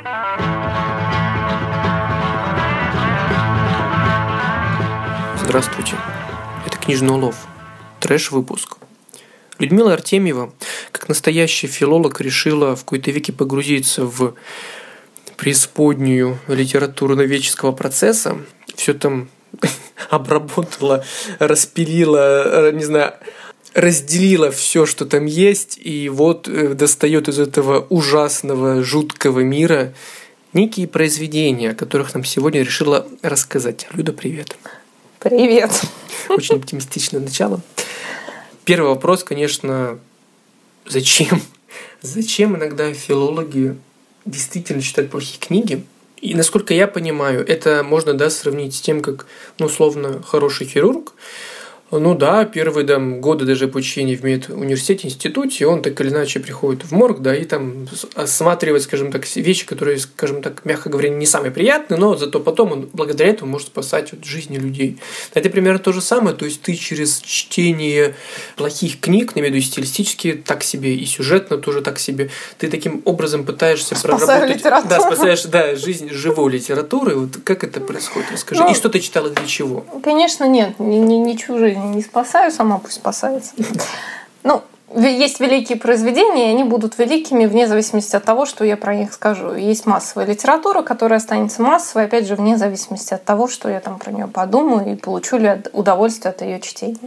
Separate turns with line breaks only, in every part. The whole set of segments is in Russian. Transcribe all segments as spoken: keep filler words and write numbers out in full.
Здравствуйте, это «Книжный улов», трэш-выпуск. Людмила Артемьева, как настоящий филолог, решила в какой-то веке погрузиться в преисподнюю литературно-ведческого процесса. Все там обработала, распилила, не знаю, разделила все, что там есть, и вот достает из этого ужасного, жуткого мира некие произведения, о которых нам сегодня решила рассказать. Люда, привет.
Привет.
Очень оптимистичное начало. Первый вопрос, конечно, зачем? Зачем иногда филологи действительно читают плохие книги? И, насколько я понимаю, это можно, да, сравнить с тем, как, ну, условно, хороший хирург. Ну да, первые там, годы даже обучения в медуниверситете, институте, он так или иначе приходит в морг, да, и там осматривает, скажем так, вещи, которые, скажем так, мягко говоря, не самые приятные, но зато потом он благодаря этому может спасать вот жизни людей. Это примерно то же самое, то есть ты через чтение плохих книг, имею в виду стилистически так себе, и сюжетно тоже так себе, ты таким образом пытаешься
Спасаю
проработать...
литературу.
Да, спасаешь, да, жизнь живой литературы. Вот как это происходит? Расскажи. Ну, и что ты читала, для чего?
Конечно, нет, ничего жизни не спасаю, сама пусть спасается. Ну, есть великие произведения, и они будут великими вне зависимости от того, что я про них скажу. Есть массовая литература, которая останется массовой, опять же, вне зависимости от того, что я там про нее подумаю и получу ли удовольствие от ее чтения.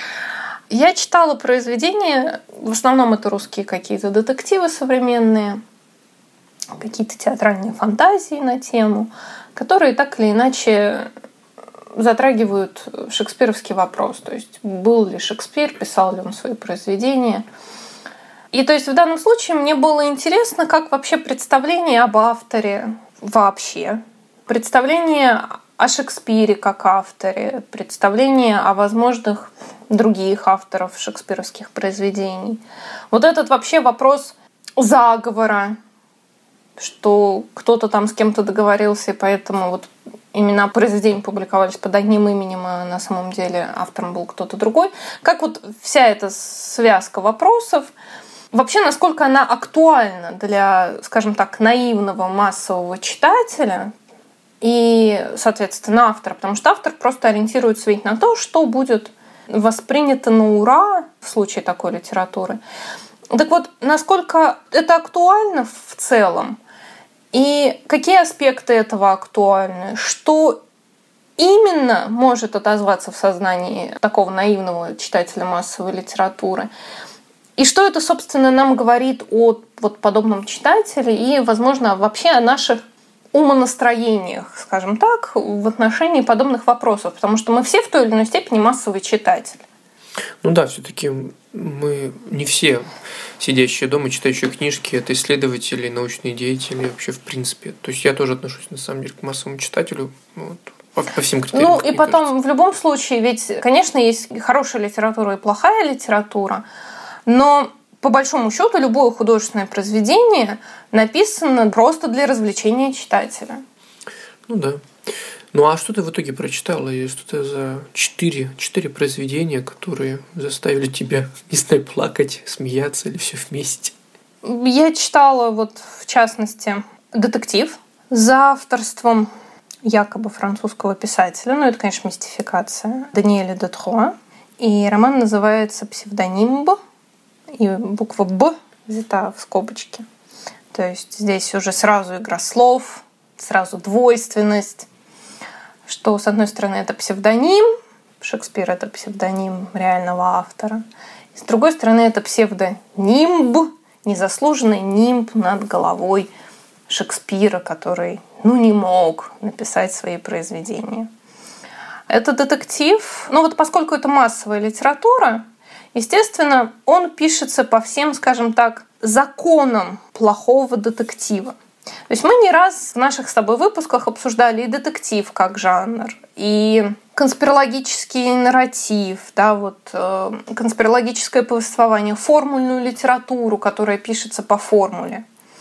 Я читала произведения, в основном это русские какие-то детективы современные, какие-то театральные фантазии на тему, которые так или иначе затрагивают шекспировский вопрос. То есть, был ли Шекспир, писал ли он свои произведения. И то есть в данном случае мне было интересно, как вообще представление об авторе вообще, представление о Шекспире как авторе, представление о возможных других авторов шекспировских произведений. Вот этот вообще вопрос заговора, что кто-то там с кем-то договорился, и поэтому вот имена произведений публиковались под одним именем, а на самом деле автором был кто-то другой. Как вот вся эта связка вопросов, вообще насколько она актуальна для, скажем так, наивного массового читателя и, соответственно, автора, потому что автор просто ориентируется ведь на то, что будет воспринято на ура в случае такой литературы. Так вот, насколько это актуально в целом, и какие аспекты этого актуальны? Что именно может отозваться в сознании такого наивного читателя массовой литературы? И что это, собственно, нам говорит о вот подобном читателе и, возможно, вообще о наших умонастроениях, скажем так, в отношении подобных вопросов? Потому что мы все в той или иной степени массовый читатель.
Ну да, все-таки мы не все сидящие дома, читающие книжки, это исследователи, научные деятели вообще в принципе. То есть я тоже отношусь на самом деле к массовому читателю вот, по, по всем критериям.
Ну и потом кажется. В любом случае, ведь, конечно, есть хорошая литература и плохая литература, но по большому счету любое художественное произведение написано просто для развлечения читателя.
Ну да. Ну а что ты в итоге прочитала? И что это за четыре, четыре произведения, которые заставили тебя, не знаю, плакать, смеяться или все вместе?
Я читала, вот, в частности, детектив за авторством якобы французского писателя. Ну, это, конечно, мистификация. Даниэля Детруа. И роман называется «Псевдонимб». И буква «Б» взята в скобочки. То есть здесь уже сразу игра слов, сразу двойственность. Что, с одной стороны, это псевдоним, Шекспир — это псевдоним реального автора. И с другой стороны, это псевдонимб, незаслуженный нимб над головой Шекспира, который, ну, не мог написать свои произведения. Это детектив. Ну вот поскольку это массовая литература, естественно, он пишется по всем, скажем так, законам плохого детектива. То есть мы не раз в наших с тобой выпусках обсуждали и детектив как жанр, и конспирологический нарратив, да, вот, э, конспирологическое повествование, формульную литературу, которая пишется по формуле.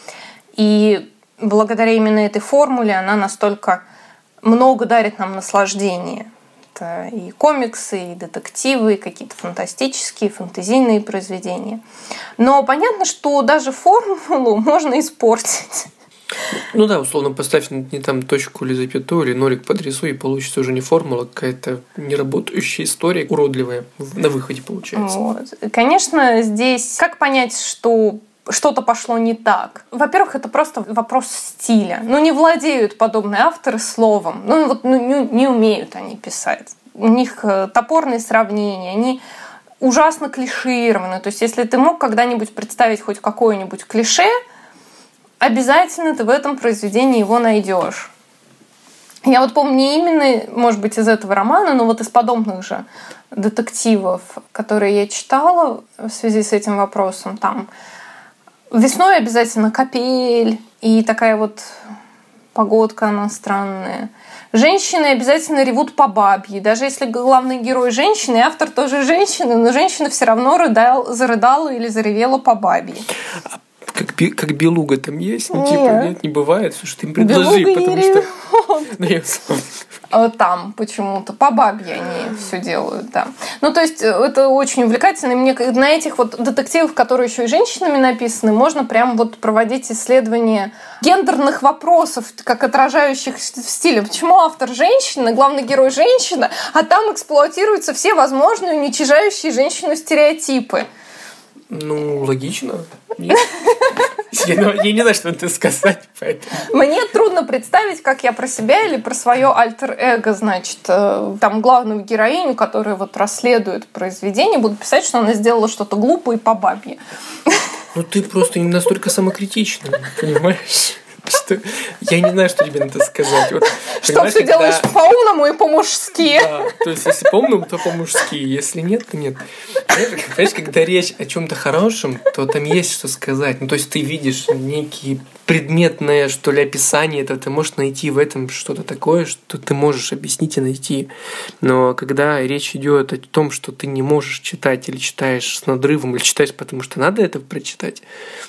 И благодаря именно этой формуле она настолько много дарит нам наслаждения. Это и комиксы, и детективы, и какие-то фантастические, фэнтезийные произведения. Но понятно, что даже формулу можно испортить.
Ну да, условно, поставь не, не там точку или запятую, или нолик подрисуй, и получится уже не формула, а какая-то неработающая история, уродливая на выходе получается.
Вот. Конечно, здесь как понять, что что-то пошло не так? Во-первых, это просто вопрос стиля. Ну, не владеют подобные авторы словом. Ну, вот ну, не, не умеют они писать. У них топорные сравнения, они ужасно клишированы. То есть, если ты мог когда-нибудь представить хоть какое-нибудь клише, обязательно ты в этом произведении его найдешь. Я вот помню не именно, может быть, из этого романа, но вот из подобных же детективов, которые я читала в связи с этим вопросом. Там весной обязательно капель и такая вот погодка она странная. Женщины обязательно ревут по бабье. Даже если главный герой женщина, и автор тоже женщина, но женщина все равно рыдал, зарыдала или заревела по бабье.
Как, как белуга там есть? Ну,
нет.
типа, нет, не бывает. Слушай, ты им предложи,
белуга
потому
не
что...
Ну, вот там почему-то по бабье они все делают, да. Ну, то есть, это очень увлекательно. И мне на этих вот детективах, которые еще и женщинами написаны, можно прям вот проводить исследования гендерных вопросов, как отражающих в стиле. Почему автор женщина, главный герой женщина, а там эксплуатируются все возможные уничижающие женщину стереотипы.
Ну, логично. Я, я не знаю, что это сказать. Поэтому.
Мне трудно представить, как я про себя или про свое альтер-эго, значит, там главную героиню, которая вот расследует произведение, буду писать, что она сделала что-то глупое и по бабье.
Ну, ты просто не настолько самокритична, понимаешь? Что я не знаю, что тебе надо сказать. Вот,
что все когда... делаешь по-умному и по-мужски.
Да, то есть, если по-умному, то по-мужски. Если нет, то нет. Понимаешь, понимаешь, когда речь о чем-то хорошем, то там есть что сказать. Ну, то есть, ты видишь некие предметное, что ли, описание, это ты можешь найти в этом что-то такое, что ты можешь объяснить и найти. Но когда речь идет о том, что ты не можешь читать или читаешь с надрывом, или читаешь, потому что надо это прочитать,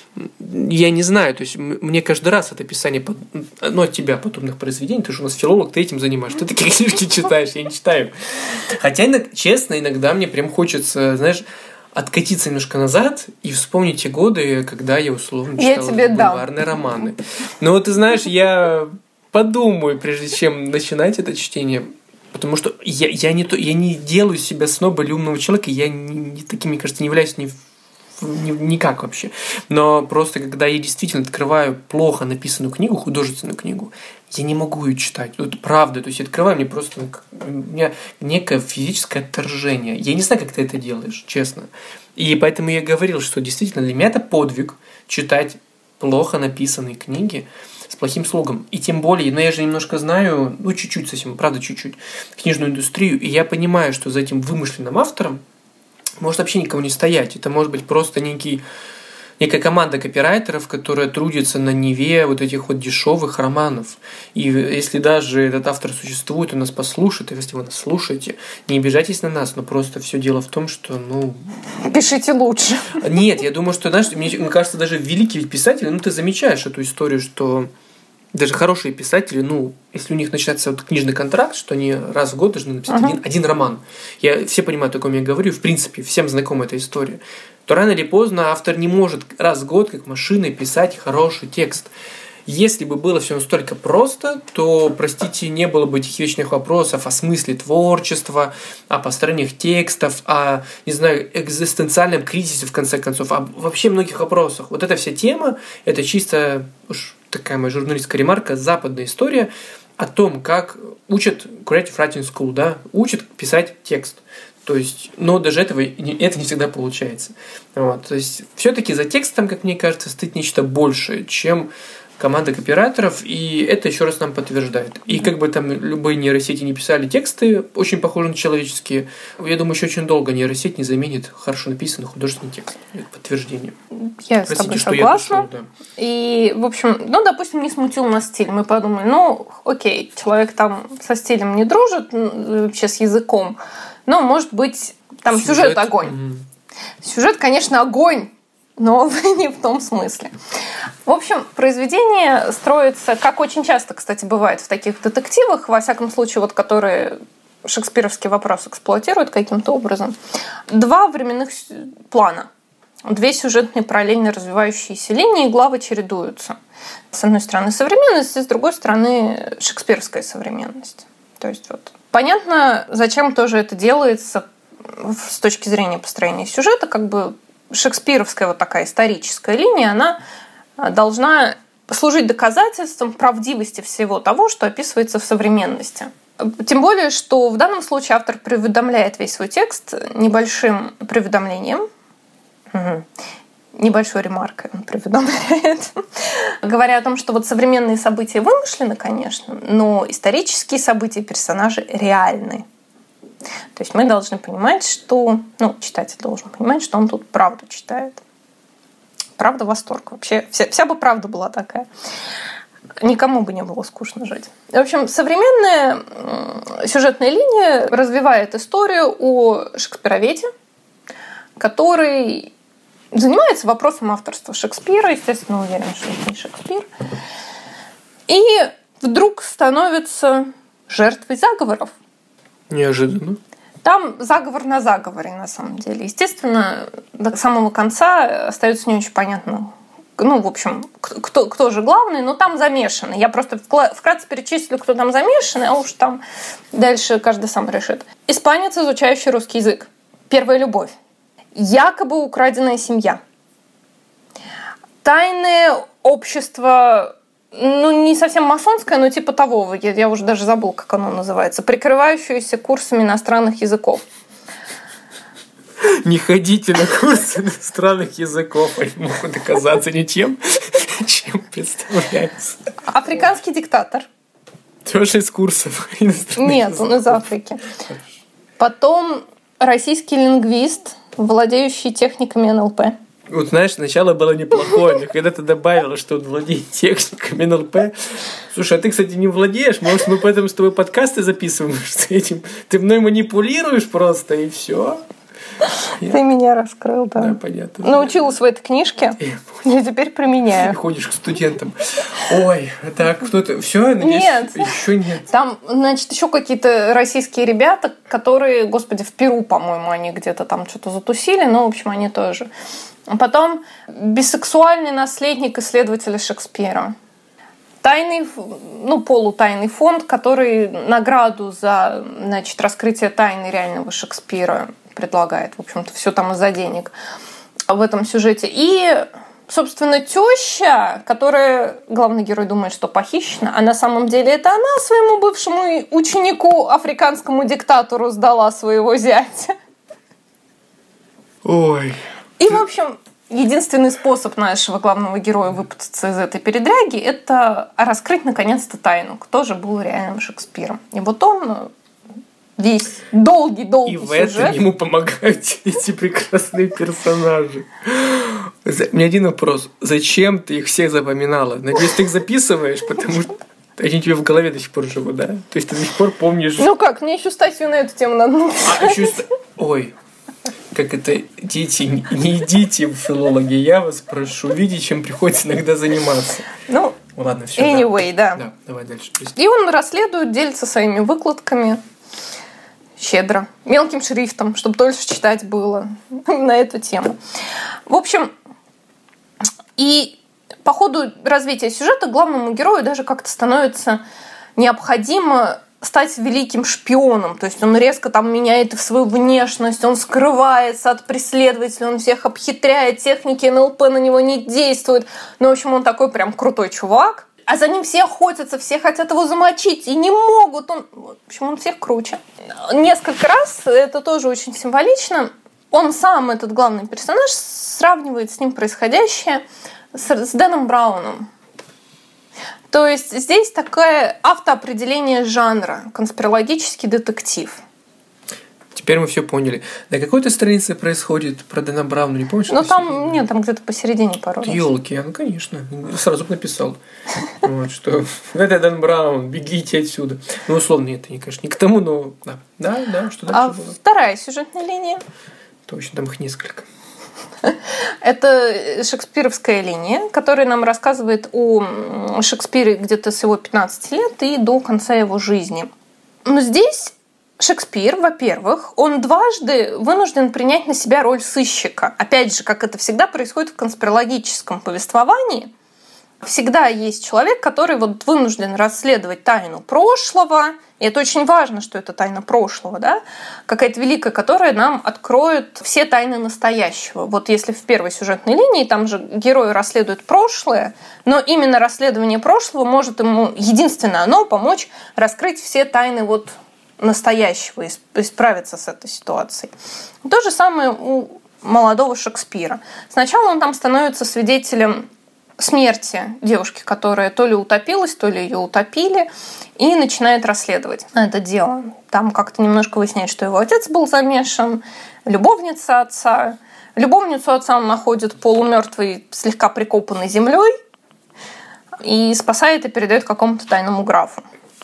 я не знаю, то есть мне каждый раз это описание, ну, от тебя подобных произведений, ты же у нас филолог, ты этим занимаешься, ты такие книжки читаешь, я не читаю. Хотя, честно, иногда мне прям хочется, знаешь, откатиться немножко назад и вспомнить те годы, когда я условно читал бульварные романы. Но вот ты знаешь, я подумаю, прежде чем начинать это чтение, потому что я, я, не, то, я не делаю себя сноба или умного человека, я не, не таким, мне кажется, не являюсь ни, ни, никак вообще. Но просто когда я действительно открываю плохо написанную книгу, художественную книгу, я не могу ее читать. Вот правда. То есть, я открываю, мне просто... У меня некое физическое отторжение. Я не знаю, как ты это делаешь, честно. И поэтому я говорил, что действительно для меня это подвиг читать плохо написанные книги с плохим слогом. И тем более, но я же немножко знаю, ну, чуть-чуть совсем, правда, чуть-чуть, книжную индустрию, и я понимаю, что за этим вымышленным автором может вообще никого не стоять. Это может быть просто некий... некая команда копирайтеров, которая трудится на неве вот этих вот дешевых романов. И если даже этот автор существует, он нас послушает, и если вы нас слушаете, не обижайтесь на нас, но просто все дело в том, что, ну...
Пишите лучше. Нет,
я думаю, что, знаешь, мне кажется, даже великие писатели, ну, ты замечаешь эту историю, что даже хорошие писатели, ну, если у них начинается вот книжный контракт, что они раз в год должны написать uh-huh. один, один роман. Я все понимают, о ком я говорю, в принципе, всем знакома эта история. То рано или поздно автор не может раз в год, как машиной, писать хороший текст. Если бы было все настолько просто, то, простите, не было бы этих вечных вопросов о смысле творчества, о построениях текстов, о, не знаю, экзистенциальном кризисе, в конце концов, о вообще многих вопросах. Вот эта вся тема, это чисто, уж такая моя журналистская ремарка, западная история о том, как учат Creative Writing School, да, учат писать текст. То есть, но даже этого это не всегда получается. Вот, то есть, все-таки за текстом, как мне кажется, стоит нечто большее, чем команда копирайтеров, и это еще раз нам подтверждает. И как бы там любые нейросети не писали тексты, очень похожи на человеческие, я думаю, еще очень долго нейросеть не заменит хорошо написанный художественный текст. Это подтверждение.
Я Простите, с тобой согласна. Я пошел, да. И, в общем, ну, допустим, не смутил нас стиль. Мы подумали, ну, окей, человек там со стилем не дружит, вообще с языком, но, может быть, там сюжет, сюжет огонь. Mm-hmm. Сюжет, конечно, огонь, но не в том смысле. В общем, произведение строится, как очень часто, кстати, бывает в таких детективах, во всяком случае, вот которые шекспировский вопрос эксплуатируют каким-то образом, два временных плана. две сюжетные параллельно развивающиеся линии, и главы чередуются. С одной стороны современность, с другой стороны шекспировская современность. То есть вот понятно, зачем тоже это делается с точки зрения построения сюжета. Как бы шекспировская вот такая историческая линия, она должна служить доказательством правдивости всего того, что описывается в современности. Тем более, что в данном случае автор предуведомляет весь свой текст небольшим предуведомлением, угу. небольшой ремаркой он предуведомляет, говоря о том, что вот современные события вымышлены, конечно, но исторические события и персонажи реальны. То есть мы должны понимать, что... Ну, читатель должен понимать, что он тут правду читает. Правда, восторг. Вообще вся, вся бы правда была такая. Никому бы не было скучно жить. В общем, современная сюжетная линия развивает историю о шекспироведе, который занимается вопросом авторства Шекспира. Естественно, уверен, что это не Шекспир. И вдруг становится жертвой заговоров.
Неожиданно.
Там заговор на заговоре, на самом деле. Естественно, до самого конца остается не очень понятно, ну, в общем, кто, кто же главный, но там замешаны. Я просто вкратце перечислю, кто там замешан, а уж там дальше каждый сам решит. Испанец, изучающий русский язык. Первая любовь. Якобы украденная семья. Тайное общество, ну, не совсем масонское, но типа того, я, я уже даже забыл, как оно называется, прикрывающееся курсами иностранных языков.
Не ходите на курсы иностранных языков, они могут оказаться ничем, чем представляется.
Африканский диктатор.
Тоже из курсов иностранных
Нет,
языков.
он из Африки. Потом российский лингвист, владеющий техниками эн эл пэ.
Вот знаешь, сначала было неплохое, но когда ты добавила, что он владеет техниками эн эл пэ. Слушай, а ты, кстати, не владеешь? Может, мы поэтому с тобой подкасты записываем с этим? Ты мной манипулируешь просто, и все.
Ты Я... меня раскрыл, да.
Да, понятно.
Научилась в этой книжке, и теперь применяю.
И ходишь к студентам. Ой, так, кто-то... Все, надеюсь,
нет.
еще нет.
Там, значит, еще какие-то российские ребята, которые, господи, в Перу, по-моему, они где-то там что-то затусили, но, в общем, они тоже. Потом бисексуальный наследник исследователя Шекспира. Тайный, ну, полутайный фонд, который награду за, значит, раскрытие тайны реального Шекспира предлагает. В общем-то, все там из-за денег в этом сюжете. И, собственно, теща, которая, главный герой думает, что похищена, а на самом деле это она своему бывшему ученику, африканскому диктатору, сдала своего зятя.
Ой.
И, в общем, единственный способ нашего главного героя выпутаться из этой передряги – это раскрыть, наконец-то, тайну, кто же был реальным Шекспиром. И вот он весь долгий-долгий
сюжет.
И в
этом ему помогают эти прекрасные персонажи. У меня один вопрос. Зачем ты их всех запоминала? Надеюсь, ты их записываешь, потому что они тебе в голове до сих пор живут, да? То есть ты до сих пор помнишь...
Ну как, мне еще статью на эту тему надо написать.
А, еще... Ой... Как это, дети, не идите в филологи, я вас прошу, видите, чем приходится иногда заниматься.
Ну,
ладно, все.
Anyway, да.
да. Да, давай дальше.
И он расследует, делится своими выкладками щедро, мелким шрифтом, чтобы дольше читать было на эту тему. В общем, и по ходу развития сюжета главному герою даже как-то становится необходимо стать великим шпионом. То есть он резко там меняет свою внешность, он скрывается от преследователей, он всех обхитряет, техники эн эл пэ на него не действуют. Ну, в общем, он такой прям крутой чувак. А за ним все охотятся, все хотят его замочить, и не могут. Он... В общем, он всех круче. Несколько раз, это тоже очень символично, он сам, этот главный персонаж, сравнивает с ним происходящее с, с Дэном Брауном. То есть здесь такое автоопределение жанра, конспирологический детектив.
Теперь мы все поняли. На какой-то странице происходит про Дэна Брауна, не помнишь?
Ну там, нет, там где-то посередине пару раз.
Ёлки, ну конечно, сразу бы написал. Вот, что это Дэн Браун, бегите отсюда. Ну, условно, это, конечно, не к тому, но да, да, да, что дальше
а
было.
Вторая сюжетная линия.
Точно, там их несколько.
Это шекспировская линия, которая нам рассказывает о Шекспире где-то с его пятнадцати лет и до конца его жизни. Но здесь Шекспир, во-первых, он дважды вынужден принять на себя роль сыщика. Опять же, как это всегда происходит в конспирологическом повествовании, всегда есть человек, который вот вынужден расследовать тайну прошлого, и это очень важно, что это тайна прошлого, да? Какая-то великая, которая нам откроет все тайны настоящего. Вот если в первой сюжетной линии там же герой расследует прошлое, но именно расследование прошлого может ему, единственное оно, помочь раскрыть все тайны вот настоящего и справиться с этой ситуацией. То же самое у молодого Шекспира. Сначала он там становится свидетелем смерти девушки, которая то ли утопилась, то ли ее утопили, и начинает расследовать это дело. Там как-то немножко выясняет, что его отец был замешан, любовница отца. Любовницу отца он находит полумертвой, слегка прикопанной землей и спасает и передает какому-то тайному графу.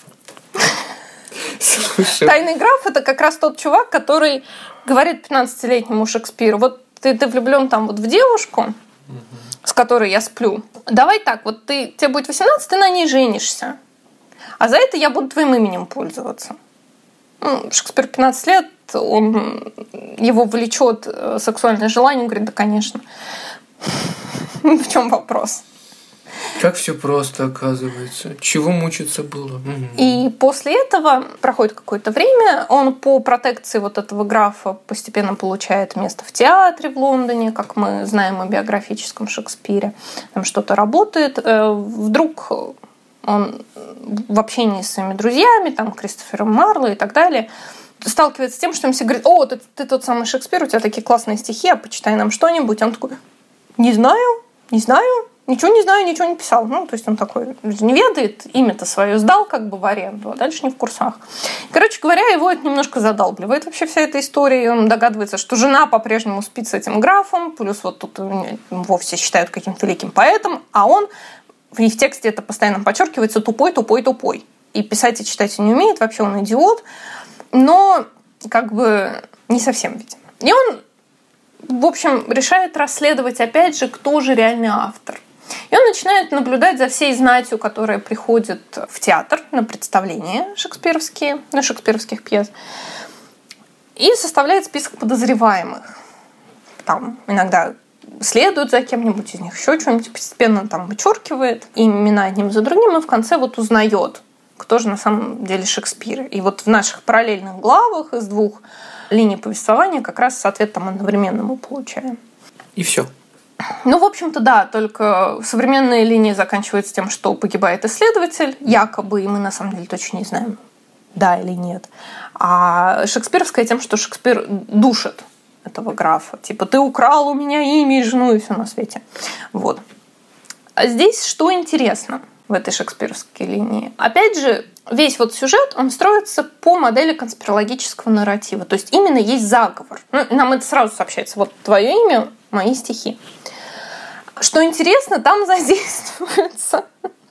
Слушай. Тайный граф — это как раз тот чувак, который говорит пятнадцатилетнему Шекспиру: вот ты, ты влюблен там вот в девушку, угу. с которой я сплю. Давай так, вот ты, тебе будет восемнадцать, ты на ней женишься. А за это я буду твоим именем пользоваться. Ну, Шекспир пятнадцать лет, он, его влечет сексуальное желание, он говорит: да, конечно. В чем вопрос?
Как все просто, оказывается. Чего мучиться было. Угу.
И после этого проходит какое-то время, он по протекции вот этого графа постепенно получает место в театре в Лондоне, как мы знаем о биографическом Шекспире. Там что-то работает. Вдруг он в общении с своими друзьями, там, Кристофером Марло и так далее, сталкивается с тем, что им все говорят: о, ты, ты тот самый Шекспир, у тебя такие классные стихи, а почитай нам что-нибудь. Он такой: не знаю, не знаю. Ничего не знаю, ничего не писал. Ну, то есть он такой не ведает, имя-то свое сдал как бы в аренду, а дальше не в курсах. Короче говоря, его это немножко задалбливает вообще вся эта история. И он догадывается, что жена по-прежнему спит с этим графом, плюс вот тут вовсе считают каким-то великим поэтом, а он, и в тексте это постоянно подчеркивается, тупой, тупой, тупой. И писать и читать он не умеет, вообще он идиот, но как бы не совсем ведь. И он, в общем, решает расследовать опять же, кто же реальный автор. И он начинает наблюдать за всей знатью, которая приходит в театр на представления шекспировские, на шекспировских пьес, и составляет список подозреваемых. Там иногда следует за кем-нибудь из них, еще что-нибудь, постепенно там вычеркивает имена одним за другим, и в конце вот узнает, кто же на самом деле Шекспир. И вот в наших параллельных главах из двух линий повествования как раз ответ там одновременно мы получаем.
И все.
Ну, в общем-то, да, только современная линия заканчивается тем, что погибает исследователь, якобы, и мы на самом деле точно не знаем, да или нет. А шекспировская тем, что Шекспир душит этого графа. Типа: ты украл у меня имя и жену, и все на свете. Вот. А здесь что интересно в этой шекспировской линии? Опять же, весь вот сюжет, он строится по модели конспирологического нарратива. То есть именно есть заговор. Ну, нам это сразу сообщается. Вот твое имя, мои стихи. Что интересно, там задействуются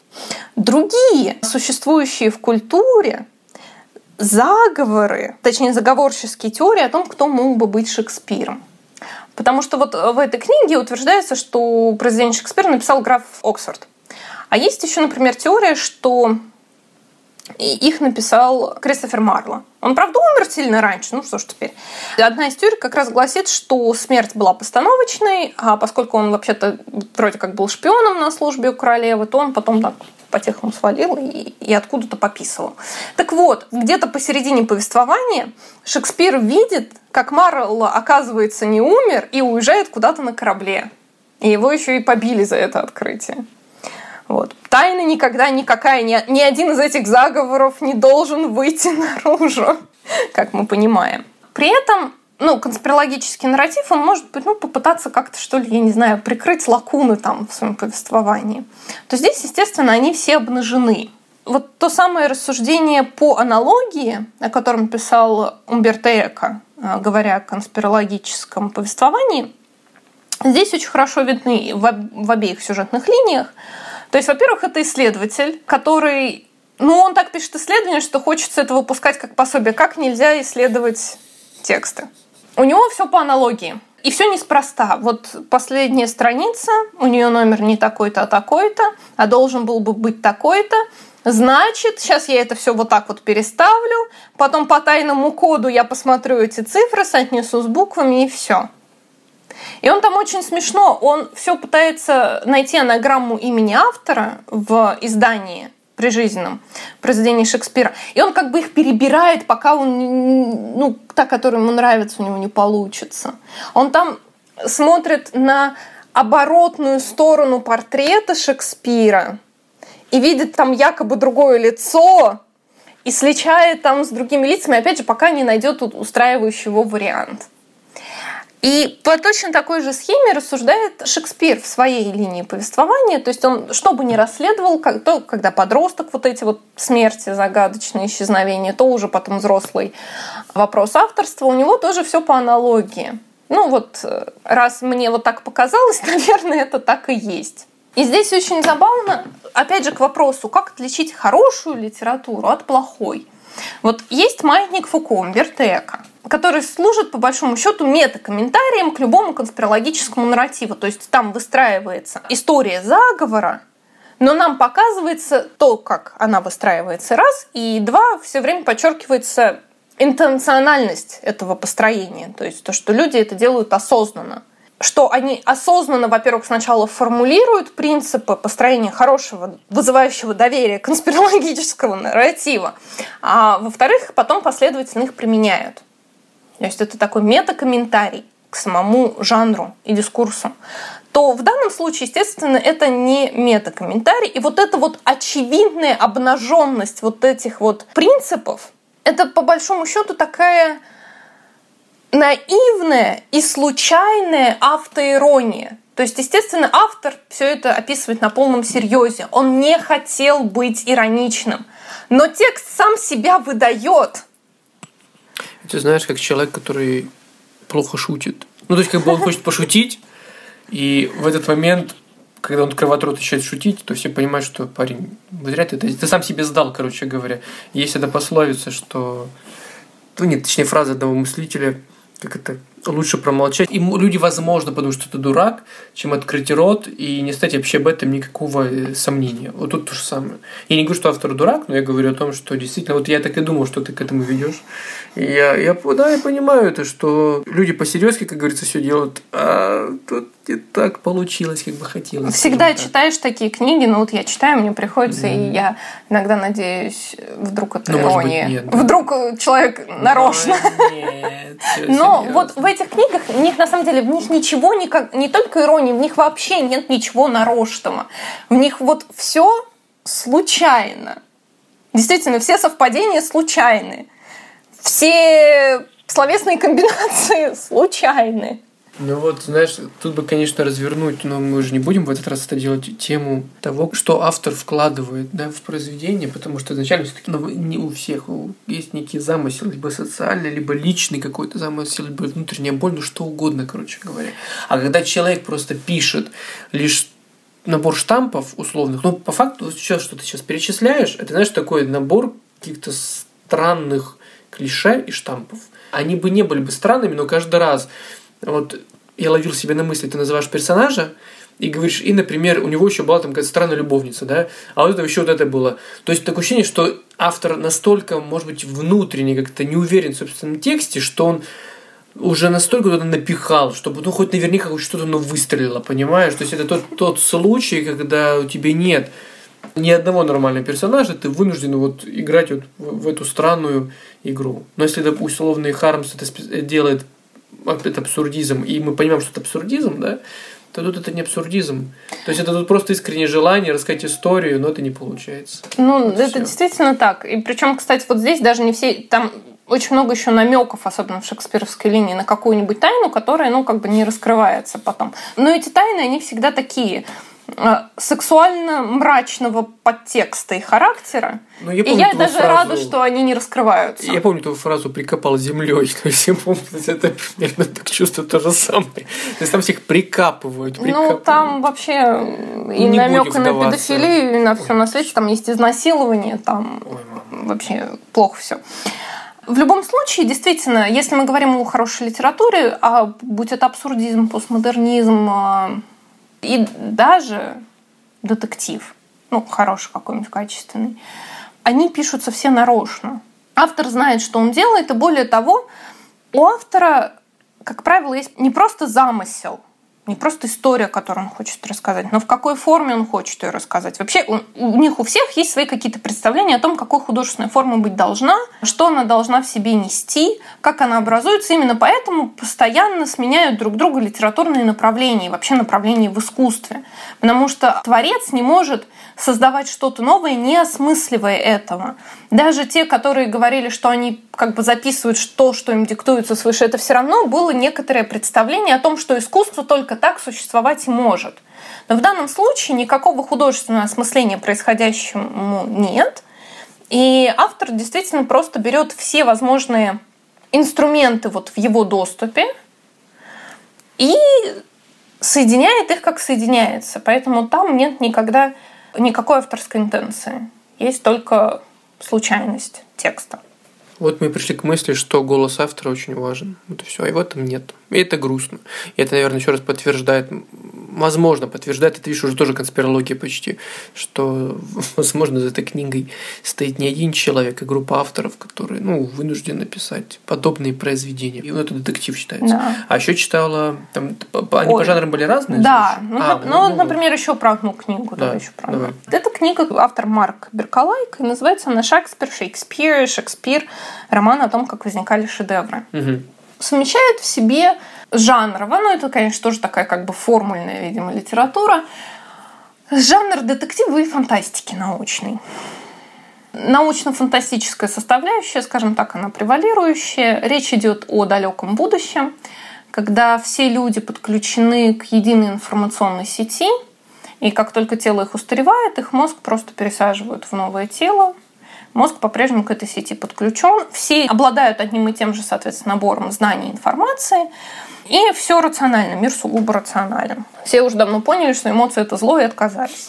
другие существующие в культуре заговоры, точнее заговорческие теории о том, кто мог бы быть Шекспиром. Потому что вот в этой книге утверждается, что произведение Шекспира написал граф Оксфорд. А есть еще, например, теория, что их написал Кристофер Марло. Он, правда, умер сильно раньше, ну что ж теперь. Одна из теорий как раз гласит, что смерть была постановочной, а поскольку он вообще-то вроде как был шпионом на службе у королевы, то он потом так по-тихому свалил и, и откуда-то пописывал. Так вот, где-то посередине повествования Шекспир видит, как Марло, оказывается, не умер и уезжает куда-то на корабле. И его еще и побили за это открытие. Вот. Тайна никогда никакая, ни, ни один из этих заговоров не должен выйти наружу, как мы понимаем. При этом, ну, конспирологический нарратив, он может быть, ну, попытаться как-то, что ли, я не знаю, прикрыть лакуны там в своем повествовании. То здесь, естественно, они все обнажены. Вот то самое рассуждение по аналогии, о котором писал Умберто Эко, говоря о конспирологическом повествовании, здесь очень хорошо видны в, в обеих сюжетных линиях. То есть, во-первых, это исследователь, который... Ну, он так пишет исследование, что хочется это выпускать как пособие. Как нельзя исследовать тексты? У него все по аналогии. И все неспроста. Вот последняя страница, у нее номер не такой-то, а такой-то, а должен был бы быть такой-то. Значит, сейчас я это все вот так вот переставлю, потом по тайному коду я посмотрю эти цифры, соотнесу с буквами и все. И он там очень смешно, он все пытается найти анаграмму имени автора в издании прижизненном, произведении Шекспира. И он как бы их перебирает, пока он, ну, та, которая ему нравится, у него не получится. Он там смотрит на оборотную сторону портрета Шекспира и видит там якобы другое лицо и сличает там с другими лицами, опять же, пока не найдет устраивающий его вариант. И по точно такой же схеме рассуждает Шекспир в своей линии повествования. То есть он, что бы ни расследовал, как, то, когда подросток, вот эти вот смерти, загадочные исчезновения, то уже потом взрослый вопрос авторства, у него тоже все по аналогии. Ну вот, раз мне вот так показалось, наверное, это так и есть. И здесь очень забавно, опять же, к вопросу, как отличить хорошую литературу от плохой. Вот есть маятник Фуко, Умберто Эко, который служит, по большому счету, метакомментарием к любому конспирологическому нарративу. То есть там выстраивается история заговора, но нам показывается то, как она выстраивается, раз, и два, все время подчеркивается интенциональность этого построения. То есть то, что люди это делают осознанно. Что они осознанно, во-первых, сначала формулируют принципы построения хорошего, вызывающего доверие конспирологического нарратива, а во-вторых, потом последовательно их применяют. То есть это такой метакомментарий к самому жанру и дискурсу. То в данном случае, естественно, это не метакомментарий. И вот эта вот очевидная обнаженность вот этих вот принципов, это по большому счету такая наивная и случайная автоирония. То есть, естественно, автор все это описывает на полном серьезе. Он не хотел быть ироничным. Но текст сам себя выдает.
Ты знаешь, как человек, который плохо шутит. Ну, то есть, как бы он хочет пошутить, и в этот момент, когда он открывает рот и начинает шутить, то все понимают, что парень, зря ты это... Ты сам себе сдал, короче говоря. Есть эта пословица, что... Ну, нет, точнее, фраза одного мыслителя, как это... Лучше промолчать. И люди, возможно, потому что ты дурак, чем открыть рот и не стать вообще об этом никакого сомнения. Вот тут то же самое. Я не говорю, что автор дурак, но я говорю о том, что действительно, вот я так и думал, что ты к этому ведешь. И я, я, да, я понимаю это, что люди по-серьезки, как говорится, все делают, а тут не так получилось, как бы хотелось.
Всегда читаешь такие книги, но вот я читаю, мне приходится, mm. и я иногда надеюсь, вдруг это ну, ирония. Быть, нет, вдруг да. человек нарочно. Но, нет, но вот в этих книгах, в них на самом деле, в них ничего, никак, не только иронии, в них вообще нет ничего нарочного. В них вот все случайно. Действительно, все совпадения случайны. Все словесные комбинации случайны.
Ну вот, знаешь, тут бы, конечно, развернуть, но мы же не будем в этот раз это делать, тему того, что автор вкладывает, да, в произведение, потому что изначально все-таки ну, не у всех есть некий замысел, либо социальный, либо личный какой-то замысел, либо внутренняя боль, ну что угодно, короче говоря. А когда человек просто пишет лишь набор штампов условных, ну, по факту, все, что ты сейчас перечисляешь, это, знаешь, такой набор каких-то странных клише и штампов. Они бы не были бы странными, но каждый раз вот я ловил себя на мысли, ты называешь персонажа и говоришь, и, например, у него еще была там какая-то странная любовница, да, а вот это еще вот это было. То есть такое ощущение, что автор настолько, может быть, внутренне как-то не уверен в собственном тексте, что он уже настолько туда напихал, чтобы ну хоть наверняка хоть что-то ну, выстрелило, понимаешь? То есть это тот, тот случай, когда у тебя нет ни одного нормального персонажа, ты вынужден вот играть вот в, в эту странную игру. Но если, допустим, условный Хармс это делает это абсурдизм, и мы понимаем, что это абсурдизм, да, то тут это не абсурдизм. То есть это тут просто искреннее желание рассказать историю, но это не получается.
Ну, вот это все. Действительно так. И причем, кстати, вот здесь даже не все... Там очень много еще намеков, особенно в шекспировской линии, на какую-нибудь тайну, которая, ну, как бы не раскрывается потом. Но эти тайны, они всегда такие сексуально-мрачного подтекста и характера. Ну, я и я даже фразу... рада, что они не раскрываются.
Я помню твою фразу «прикопал землей». То есть я помню, это примерно так чувствую то же самое. То есть там всех прикапывают. прикапывают.
Ну, там вообще и не намек на педофилию, и на все на свете. Там есть изнасилование, там Ой, вообще плохо все. В любом случае, действительно, если мы говорим о хорошей литературе, а будь это абсурдизм, постмодернизм и даже детектив, ну, хороший какой-нибудь, качественный, они пишутся все нарочно. Автор знает, что он делает, и более того, у автора, как правило, есть не просто замысел, не просто история, которую он хочет рассказать, но в какой форме он хочет ее рассказать. Вообще у, у них у всех есть свои какие-то представления о том, какой художественная форма быть должна, что она должна в себе нести, как она образуется. Именно поэтому постоянно сменяют друг друга литературные направления и вообще направления в искусстве. Потому что творец не может создавать что-то новое, не осмысливая этого. Даже те, которые говорили, что они как бы записывают то, что им диктуется свыше, это все равно было некоторое представление о том, что искусство только так существовать и может. Но в данном случае никакого художественного осмысления происходящему нет. И автор действительно просто берет все возможные инструменты вот в его доступе и соединяет их, как соединяется. Поэтому там нет никогда никакой авторской интенции. Есть только случайность текста.
Вот мы пришли к мысли, что голос автора очень важен. Вот и все. А его там нет. И это грустно. И это, наверное, еще раз подтверждает, возможно, подтверждает, это, видишь, уже тоже конспирология почти, что, возможно, за этой книгой стоит не один человек, а группа авторов, которые, ну, вынуждены писать подобные произведения. И вот это детектив считается.
Да.
А еще читала, там, они Ой. по жанрам были разные?
Да. Ну, а, ну,
ну,
например, вот. еще про одну книгу.
Да,
давай еще про
давай.
Эта книга автор Марк Берколайк, и называется она «Шекспир, Шекспир, Шекспир. Роман о том, как возникали шедевры».
Угу.
Совмещает в себе жанрово, ну это, конечно, тоже такая как бы формульная, видимо, литература, жанр детектива и фантастики научной. Научно-фантастическая составляющая, скажем так, она превалирующая. Речь идет о далеком будущем, когда все люди подключены к единой информационной сети, и как только тело их устаревает, их мозг просто пересаживают в новое тело. Мозг по-прежнему к этой сети подключен. Все обладают одним и тем же, соответственно, набором знаний и информации. И все рационально, мир сугубо рационален. Все уже давно поняли, что эмоции – это зло, и отказались.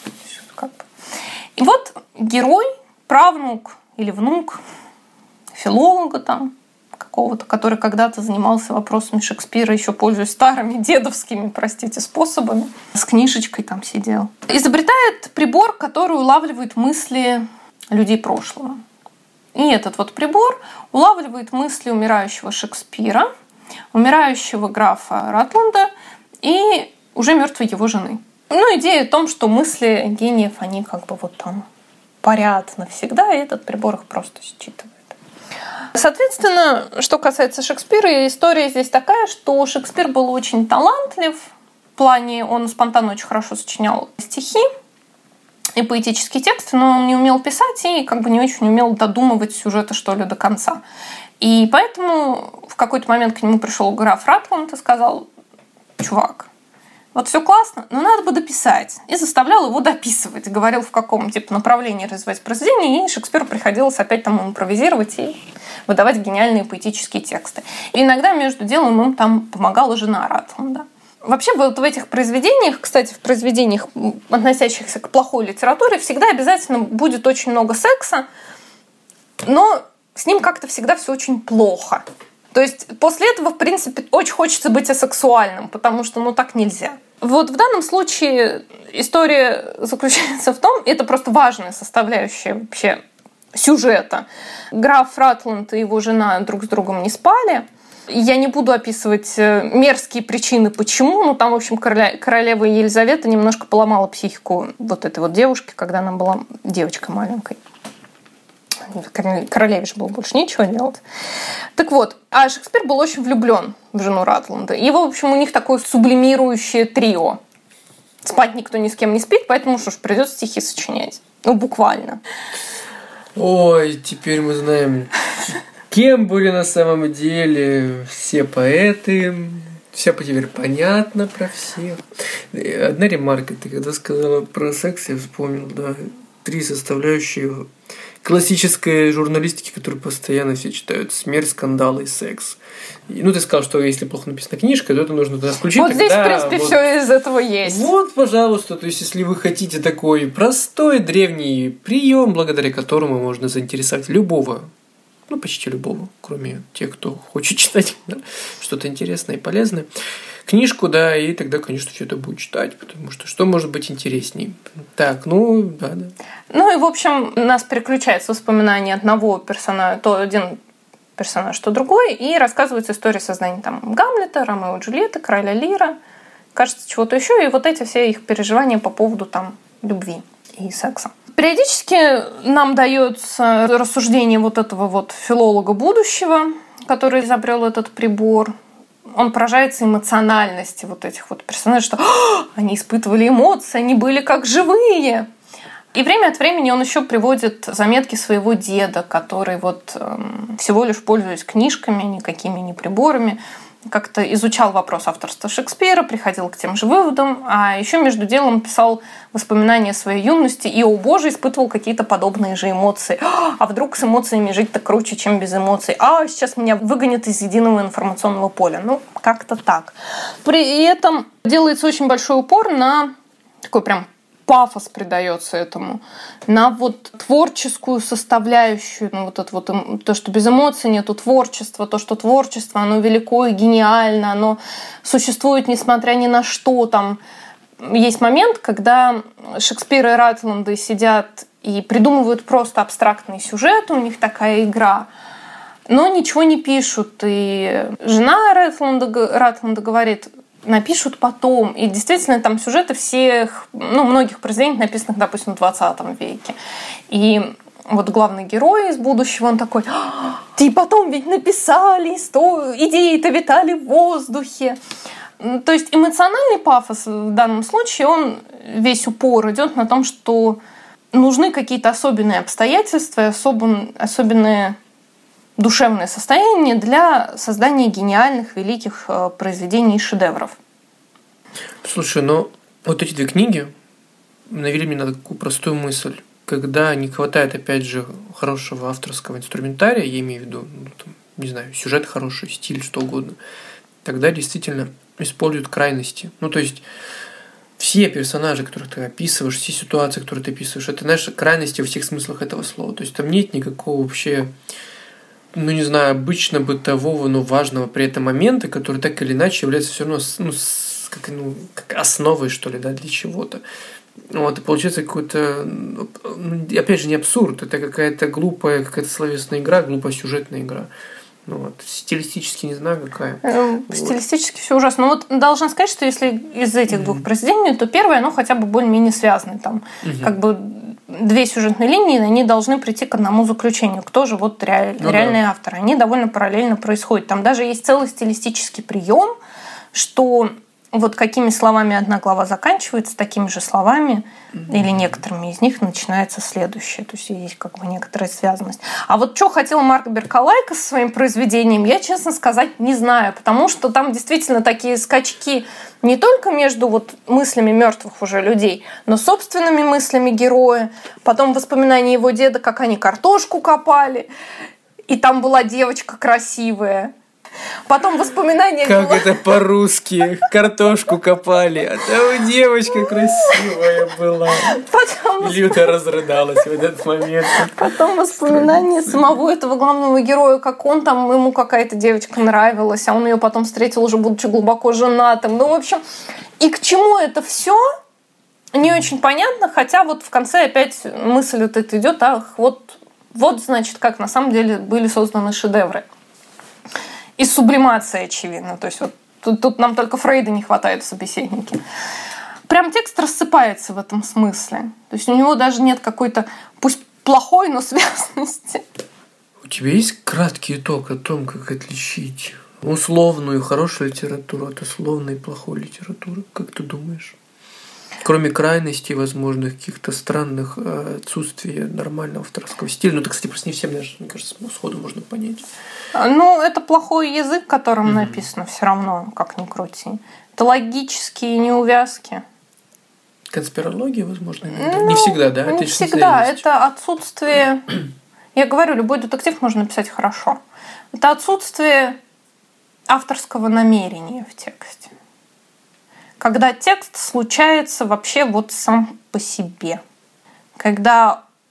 И вот герой, правнук или внук филолога там какого-то, который когда-то занимался вопросами Шекспира, еще пользуясь старыми дедовскими, простите, способами, с книжечкой там сидел, изобретает прибор, который улавливает мысли людей прошлого. И этот вот прибор улавливает мысли умирающего Шекспира, умирающего графа Ратланда и уже мертвой его жены. Ну, идея в том, что мысли гениев, они как бы вот там парят навсегда, и этот прибор их просто считывает. Соответственно, что касается Шекспира, история здесь такая, что Шекспир был очень талантлив. В плане он спонтанно очень хорошо сочинял стихи и поэтические тексты, но он не умел писать и как бы не очень умел додумывать сюжеты, что ли, до конца. И поэтому в какой-то момент к нему пришел граф Ратланд и сказал: чувак, вот все классно, но надо бы дописать. И заставлял его дописывать. Говорил, в каком типа направлении развивать произведение, и Шекспиру приходилось опять там импровизировать и выдавать гениальные поэтические тексты. И иногда между делом им там помогала жена Ратланда. Вообще вот в этих произведениях, кстати, в произведениях, относящихся к плохой литературе, всегда обязательно будет очень много секса, но с ним как-то всегда все очень плохо. То есть после этого, в принципе, очень хочется быть асексуальным, потому что ну так нельзя. Вот в данном случае история заключается в том, это просто важная составляющая вообще сюжета. Граф Ратланд и его жена друг с другом не спали. Я не буду описывать мерзкие причины, почему. Ну, там, в общем, короля, королева Елизавета немножко поломала психику вот этой вот девушки, когда она была девочкой маленькой. Королеве же было больше нечего делать. Так вот, а Шекспир был очень влюблен в жену Ратланда. И, в общем, у них такое сублимирующее трио. Спать никто ни с кем не спит, поэтому что ж, придется стихи сочинять. Ну, буквально.
Ой, теперь мы знаем... Кем были на самом деле все поэты? Все теперь понятно про всех. Одна ремарка. Ты когда сказала про секс, я вспомнил, да, три составляющие классической журналистики, которую постоянно все читают: смерть, скандалы и секс. И, ну, ты сказал, что если плохо написана книжка, то это нужно тогда включить.
Вот
тогда,
здесь, в принципе,
вот,
все из этого есть.
Вот, пожалуйста, то есть, если вы хотите такой простой древний прием, благодаря которому можно заинтересовать любого, ну, почти любого, кроме тех, кто хочет читать да, что-то интересное и полезное. Книжку, да, и тогда, конечно, что-то будет читать, потому что что может быть интересней? Так, ну, да, да.
Ну и, в общем, нас переключает с воспоминаний одного персонажа, то один персонаж, то другой, и рассказывается история создания там Гамлета, Ромео и Джульетты, Короля Лира, кажется, чего-то еще, и вот эти все их переживания по поводу там любви и секса. Периодически нам дается рассуждение вот этого вот филолога будущего, который изобрел этот прибор. Он поражается эмоциональности вот этих вот персонажей, что они испытывали эмоции, они были как живые. И время от времени он еще приводит заметки своего деда, который вот эм, всего лишь пользуясь книжками, никакими не приборами, как-то изучал вопрос авторства Шекспира, приходил к тем же выводам, а еще между делом писал воспоминания о своей юности и, о боже, испытывал какие-то подобные же эмоции. А вдруг с эмоциями жить-то круче, чем без эмоций? А сейчас меня выгонят из единого информационного поля. Ну, как-то так. При этом делается очень большой упор на такой прям пафос придается этому, на вот творческую составляющую, ну, вот это вот то, что без эмоций нету творчества, то, что творчество, оно велико и гениально, оно существует несмотря ни на что. Там есть момент, когда Шекспир и Ратланды сидят и придумывают просто абстрактный сюжет, у них такая игра, но ничего не пишут. И жена Ратланда, Ратланда говорит: напишут потом. И действительно, там сюжеты всех, ну, многих произведений, написанных, допустим, в двадцатом веке. И вот главный герой из будущего, он такой: и потом ведь написали, сто... идеи-то витали в воздухе. То есть эмоциональный пафос в данном случае, он весь упор идет на том, что нужны какие-то особенные обстоятельства, особен... особенные душевное состояние для создания гениальных, великих произведений и шедевров.
Слушай, ну вот эти две книги навели меня на такую простую мысль. Когда не хватает, опять же, хорошего авторского инструментария, я имею в виду, ну, там, не знаю, сюжет хороший, стиль, что угодно, тогда действительно используют крайности. Ну, то есть все персонажи, которых ты описываешь, все ситуации, которые ты описываешь, это, знаешь, крайности во всех смыслах этого слова. То есть там нет никакого вообще, ну, не знаю, обычно бытового, но важного при этом момента, который так или иначе является все равно, ну, с, как, ну, как основой, что ли, да, для чего-то. Вот, и получается какой-то, опять же, не абсурд, это какая-то глупая, какая-то словесная игра, глупая сюжетная игра. Ну, вот, стилистически не знаю, какая.
Стилистически вот. Все ужасно. Но вот должна сказать, что если из этих mm-hmm. двух произведений, то первое, оно хотя бы более-менее связано. Там, mm-hmm. как бы две сюжетные линии, они должны прийти к одному заключению. Кто же вот реаль... ну, реальные да. авторы? Они довольно параллельно происходят. Там даже есть целый стилистический прием, что вот какими словами одна глава заканчивается, такими же словами mm-hmm. или некоторыми из них начинается следующее. То есть есть как бы некоторая связанность. А вот что хотел Марк Беркалайка со своим произведением, я, честно сказать, не знаю, потому что там действительно такие скачки не только между вот мыслями мертвых уже людей, но собственными мыслями героя, потом воспоминания его деда, как они картошку копали, и там была девочка красивая. Потом воспоминания...
Как было... это по-русски? Картошку копали, а там девочка красивая была. Потом... Люда разрыдалась в этот момент.
Потом воспоминания самого этого главного героя, как он там, ему какая-то девочка нравилась, а он ее потом встретил уже будучи глубоко женатым. Ну, в общем, и к чему это все? Не очень понятно, хотя вот в конце опять мысль вот эта идет, ах, вот, вот, значит, как на самом деле были созданы шедевры. И сублимация, очевидно. То есть вот тут, тут нам только Фрейда не хватает в собеседнике. Прям текст рассыпается в этом смысле. То есть у него даже нет какой-то, пусть плохой, но связности.
У тебя есть краткий итог о том, как отличить условную хорошую литературу от условной плохой литературы? Как ты думаешь? Кроме крайностей, возможных каких-то странных отсутствий нормального авторского стиля. Ну, это, кстати, просто не всем, даже, мне кажется, сходу можно понять.
Ну, это плохой язык, которым mm-hmm. написано все равно, как ни крути. Это логические неувязки.
Конспирология, возможно, ну, не всегда, да?
Не это всегда. Это отсутствие... Я говорю, любой детектив можно написать хорошо. Это отсутствие авторского намерения в тексте. Когда текст случается вообще вот сам по себе. Когда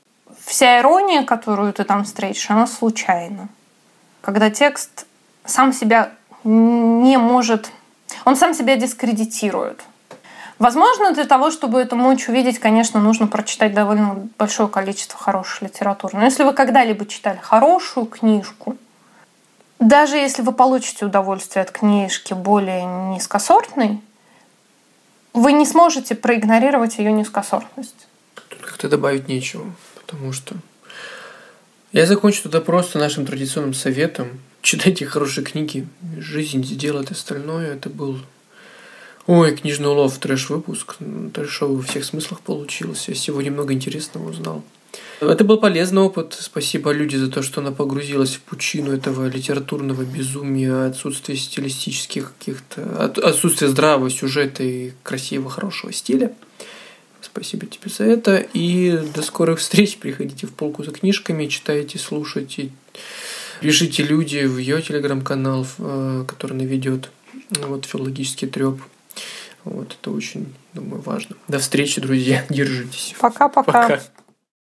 вся ирония, которую ты там встретишь, она случайна. Когда текст сам себя не может... Он сам себя дискредитирует. Возможно, для того, чтобы это мочь увидеть, конечно, нужно прочитать довольно большое количество хорошей литературы. Но если вы когда-либо читали хорошую книжку, даже если вы получите удовольствие от книжки более низкосортной, вы не сможете проигнорировать ее низкосортность.
Тут как-то добавить нечего, потому что... Я закончу тогда просто нашим традиционным советом. Читайте хорошие книги, жизнь сделает остальное. Это был... Ой, книжный улов, трэш-выпуск. Трэшовый во всех смыслах получился. Я сегодня много интересного узнал. Это был полезный опыт. Спасибо Люде за то, что она погрузилась в пучину этого литературного безумия, отсутствия стилистических каких-то... отсутствия здравого сюжета и красивого, хорошего стиля. Спасибо тебе за это. И до скорых встреч. Приходите в полку за книжками, читайте, слушайте. Пишите люди в ее телеграм-канал, который она ведет. Вот, филологический трёп. Вот, это очень, думаю, важно. До встречи, друзья. Держитесь.
Пока-пока.
Пока.